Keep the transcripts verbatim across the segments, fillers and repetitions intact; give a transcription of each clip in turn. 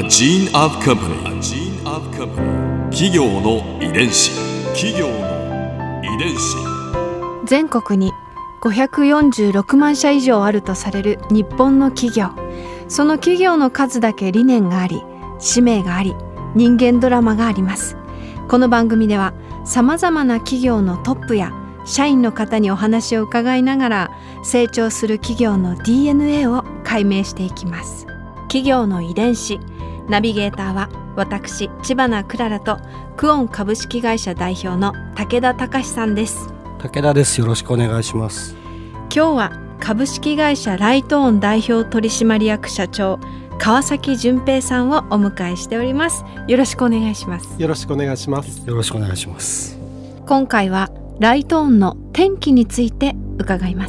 gene of company. A gene of company. 企業の遺伝子。企業の遺伝子。 全国にごひゃくよんじゅうろくまんしゃ以上あるとされる日本の企業。その企業の数だけ理念があり、使命があり、人間ドラマがあります。この番組ではさまざまな企業のトップや社員の方にお話を伺いながら、成長する企業の ディーエヌエー を解明していきます。企業の遺伝子。ナビゲーターは私知花クララとクオン株式会社代表の武田隆さんです。 武田です。よろしくお願いします。 今日は株式会社ライトオン代表取締役社長川崎淳平さんをお迎えしております。よろしくお願いします。 よろしくお願いします。 よろしくお願いします。 今回はライトオンの転機について伺います。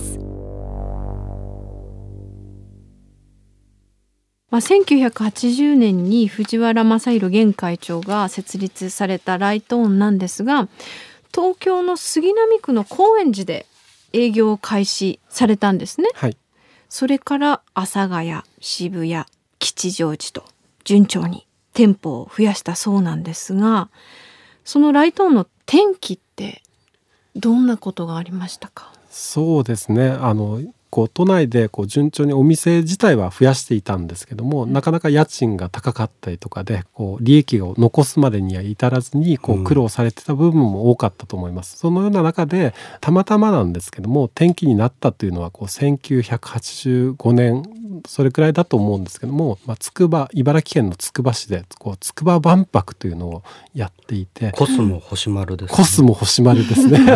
まあ、せんきゅうひゃくはちじゅうねんに藤原正宏現会長が設立されたライトオンなんですが、東京の杉並区の高円寺で営業を開始されたんですね。 はい、 それから阿佐ヶ谷、渋谷、吉祥寺と順調に店舗を増やしたそうなんですが、そのライトオンの転機ってどんなことがありましたか？ そうですね、あのこう都内でこう順調にお店自体は増やしていたんですけども、なかなか家賃が高かったりとかでこう利益を残すまでには至らずにこう苦労されてた部分も多かったと思います。うん、そのような中でたまたまなんですけども転機になったというのはこうせんきゅうひゃくはちじゅうごねんそれくらいだと思うんですけども、まあ、つくば茨城県のつくば市でこうつくば万博というのをやっていて、 コスモ星丸ですね。 コスモ星丸ですね。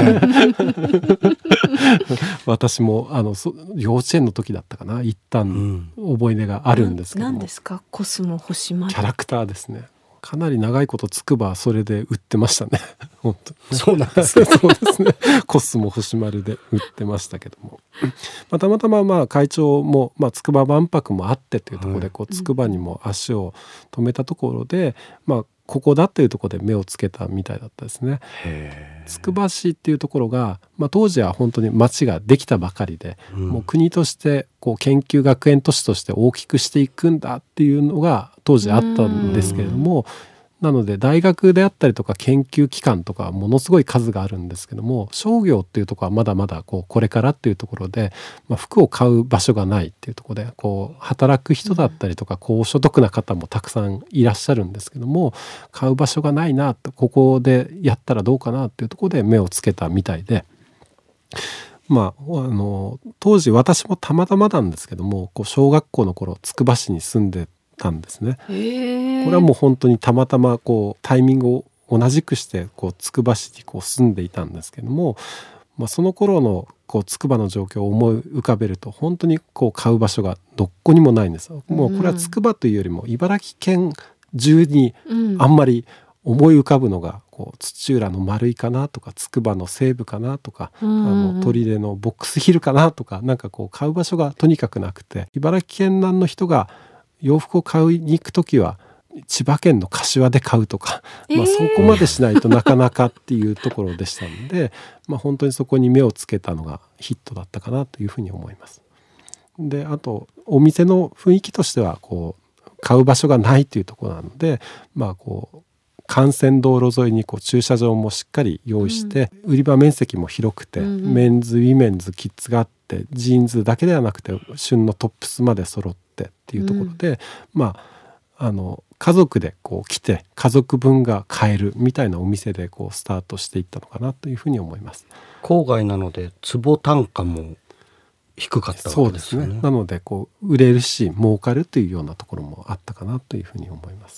私もあの幼稚園の時だったかな、一旦思い出があるんですけども、 何ですかコスモ星丸？ キャラクターですね。かなり長いことつくばそれで売ってましたね。本当そうなんですね。 そうですね。コスモ星丸で売ってましたけども、まあ、たまたままあ会長もまあつくば万博もあってというところでこうつくばにも足を止めたところで、まあここだっていうところで目をつけたみたいだったですね。つくば市っていうところが、まあ、当時は本当に町ができたばかりで、うん、もう国としてこう研究学園都市として大きくしていくんだっていうのが当時あったんですけれども、なので大学であったりとか研究機関とかものすごい数があるんですけども、商業っていうところはまだまだこうこれからっていうところで、まあ、服を買う場所がないっていうところでこう働く人だったりとか高所得な方もたくさんいらっしゃるんですけども、買う場所がないなと、ここでやったらどうかなっていうところで目をつけたみたいで、まあ、あの当時私もたまたまなんですけどもこう小学校の頃つくば市に住んでたんですね。これはもう本当にたまたまこうタイミングを同じくしてこうつくば市にこう住んでいたんですけども、まあ、その頃のこうつくばの状況を思い浮かべると本当にこう買う場所がどこにもないんです。もうこれはつくばというよりも茨城県中にあんまり思い浮かぶのがこう土浦の丸井かなとかつくばの西部かなとか、あの取手のボックスヒルかなとか、なんかこう買う場所がとにかくなくて、茨城県南の人が洋服を買いに行くときは千葉県の柏で買うとか、まあ、そこまでしないとなかなかっていうところでしたので、まあ、本当にそこに目をつけたのがヒットだったかなというふうに思います。で、あとお店の雰囲気としてはこう買う場所がないというところなので、まあこう幹線道路沿いにこう駐車場もしっかり用意して、うん、売り場面積も広くて、うんうん、メンズウィメンズキッズがあって、ジーンズだけではなくて旬のトップスまで揃ってっていうところで、うん、まああの家族でこう来て家族分が買えるみたいなお店でこうスタートしていったのかなというふうに思います。 郊外なので坪単価も低かったわけですよね。 そうですね。なのでこう売れるし儲かるというようなところもあったかなというふうに思います。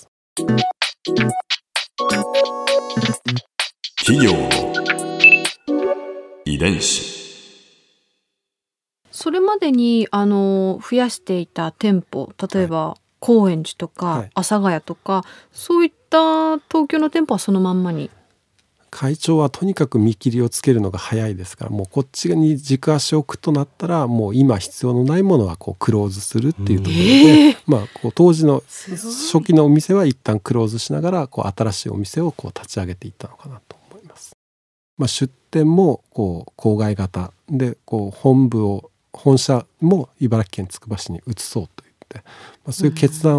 企業の遺伝子。 それまでにあの増やしていた店舗、例えば、はい、高円寺とか、はい、阿佐ヶ谷とか、そういった東京の店舗はそのまんまに。 会長はとにかく見切りをつけるのが早いですから、もうこっちに軸足を置くとなったらもう今必要のないものはこうクローズするっていうところで、えーまあ、こう当時の初期のお店は一旦クローズしながらこう新しいお店をこう立ち上げていったのかなと思います。まあ、出店もこう郊外型でこう本部を本社も茨城県つくば市に移そうといって、まあ、そういう決断を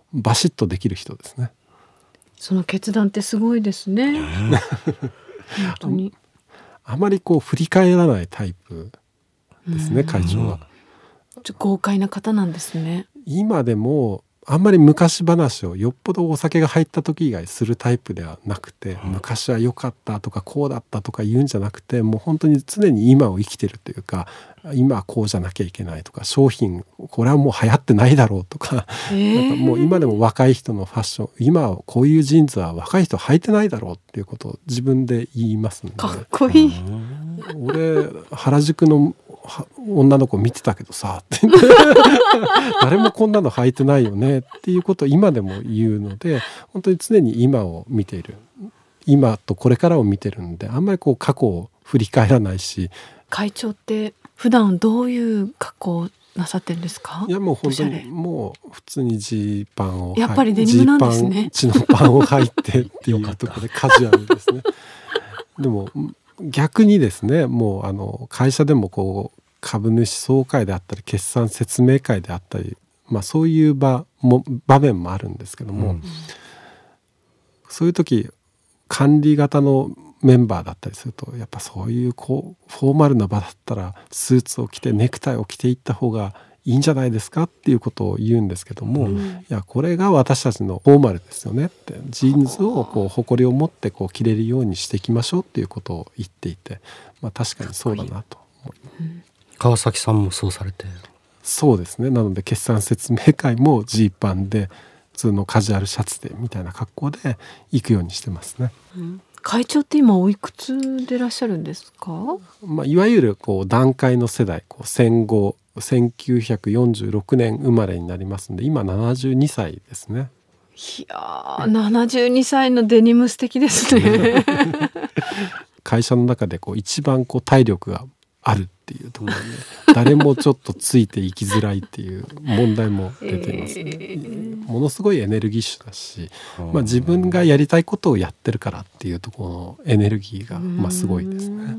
バシッとできる人ですね。 その決断ってすごいですね。本当にあまりこう振り返らないタイプですね、会長は。 ちょ豪快な方なんですね。 今でもあんまり昔話をよっぽどお酒が入った時以外するタイプではなくて、昔は良かったとかこうだったとか言うんじゃなくて、もう本当に常に今を生きてるというか、今はこうじゃなきゃいけないとか、商品これはもう流行ってないだろうとか、 えー、 なんかもう今でも若い人のファッション、今はこういうジーンズは若い人履いてないだろうっていうことを自分で言いますんで。 かっこいい。 俺原宿の女の子見てたけどさって誰もこんなの履いてないよねっていうことを今でも言うので、本当に常に今を見ている、今とこれからを見てるんで、あんまりこう過去を振り返らないし。 会長って普段どういう格好をなさってるんですか？ いやもう本当にもう普通にジーパンをやっぱりデニムなんですね。 ジーパン、血のパンを履いてっていうところでカジュアルですね。でも逆にですね、もうあの会社でもこう株主総会であったり決算説明会であったり、まあ、そういう場も場面もあるんですけども、うん、そういう時管理型のメンバーだったりすると、やっぱそういうこうフォーマルな場だったらスーツを着てネクタイを着ていった方がいいんじゃないですかっていうことを言うんですけども、うん、いやこれが私たちのフォーマルですよねって、ジーンズをこう誇りを持ってこう着れるようにしていきましょうっていうことを言っていて、まあ、確かにそうだなと思います。うん、 川崎さんもそうされて。 そうですね。なので決算説明会もジーパンで普通のカジュアルシャツでみたいな格好で行くようにしてますね。 うん、会長って今おいくつでいらっしゃるんですか？ まあ、いわゆるこう団塊の世代、こう戦後せんきゅうひゃくよんじゅうろくねん生まれになりますので、今ななじゅうにさいですね。 いやー、ななじゅうにさいのデニム素敵ですね。 会社の中でこう一番こう体力があるっていうところで、誰もちょっとついていきづらいっていう問題も出ていますね。えー、ものすごいエネルギッシュだし、まあ、自分がやりたいことをやってるからっていうところのエネルギーがまあすごいですね。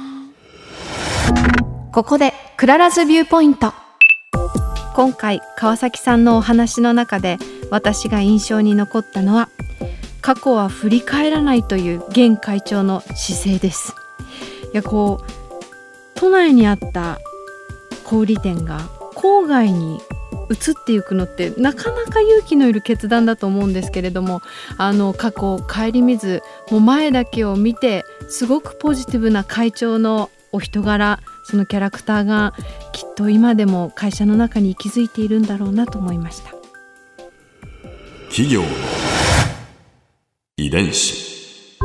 ここでクララズビューポイント。今回川崎さんのお話の中で私が印象に残ったのは、過去は振り返らないという現会長の姿勢です。いやこう都内にあった小売店が郊外に移っていくのってなかなか勇気のいる決断だと思うんですけれども、あの過去を顧みず、もう前だけを見て、すごくポジティブな会長のお人柄、そのキャラクターがきっと今でも会社の中に息づいているんだろうなと思いました。 企業の遺伝子。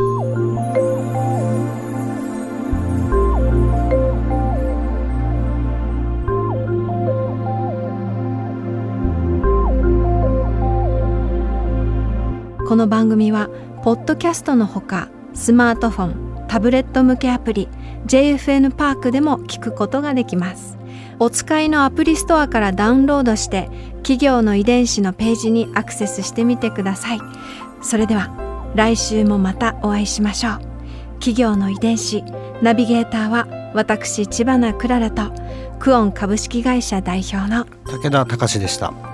この番組はポッドキャストのほか、スマートフォン、タブレット向けアプリ ジェイエフエヌ パークでも聞くことができます。お使いのアプリストアからダウンロードして企業の遺伝子のページにアクセスしてみてください。それでは来週もまたお会いしましょう。企業の遺伝子、ナビゲーターは私千葉なクララとクオン株式会社代表の武田隆でした。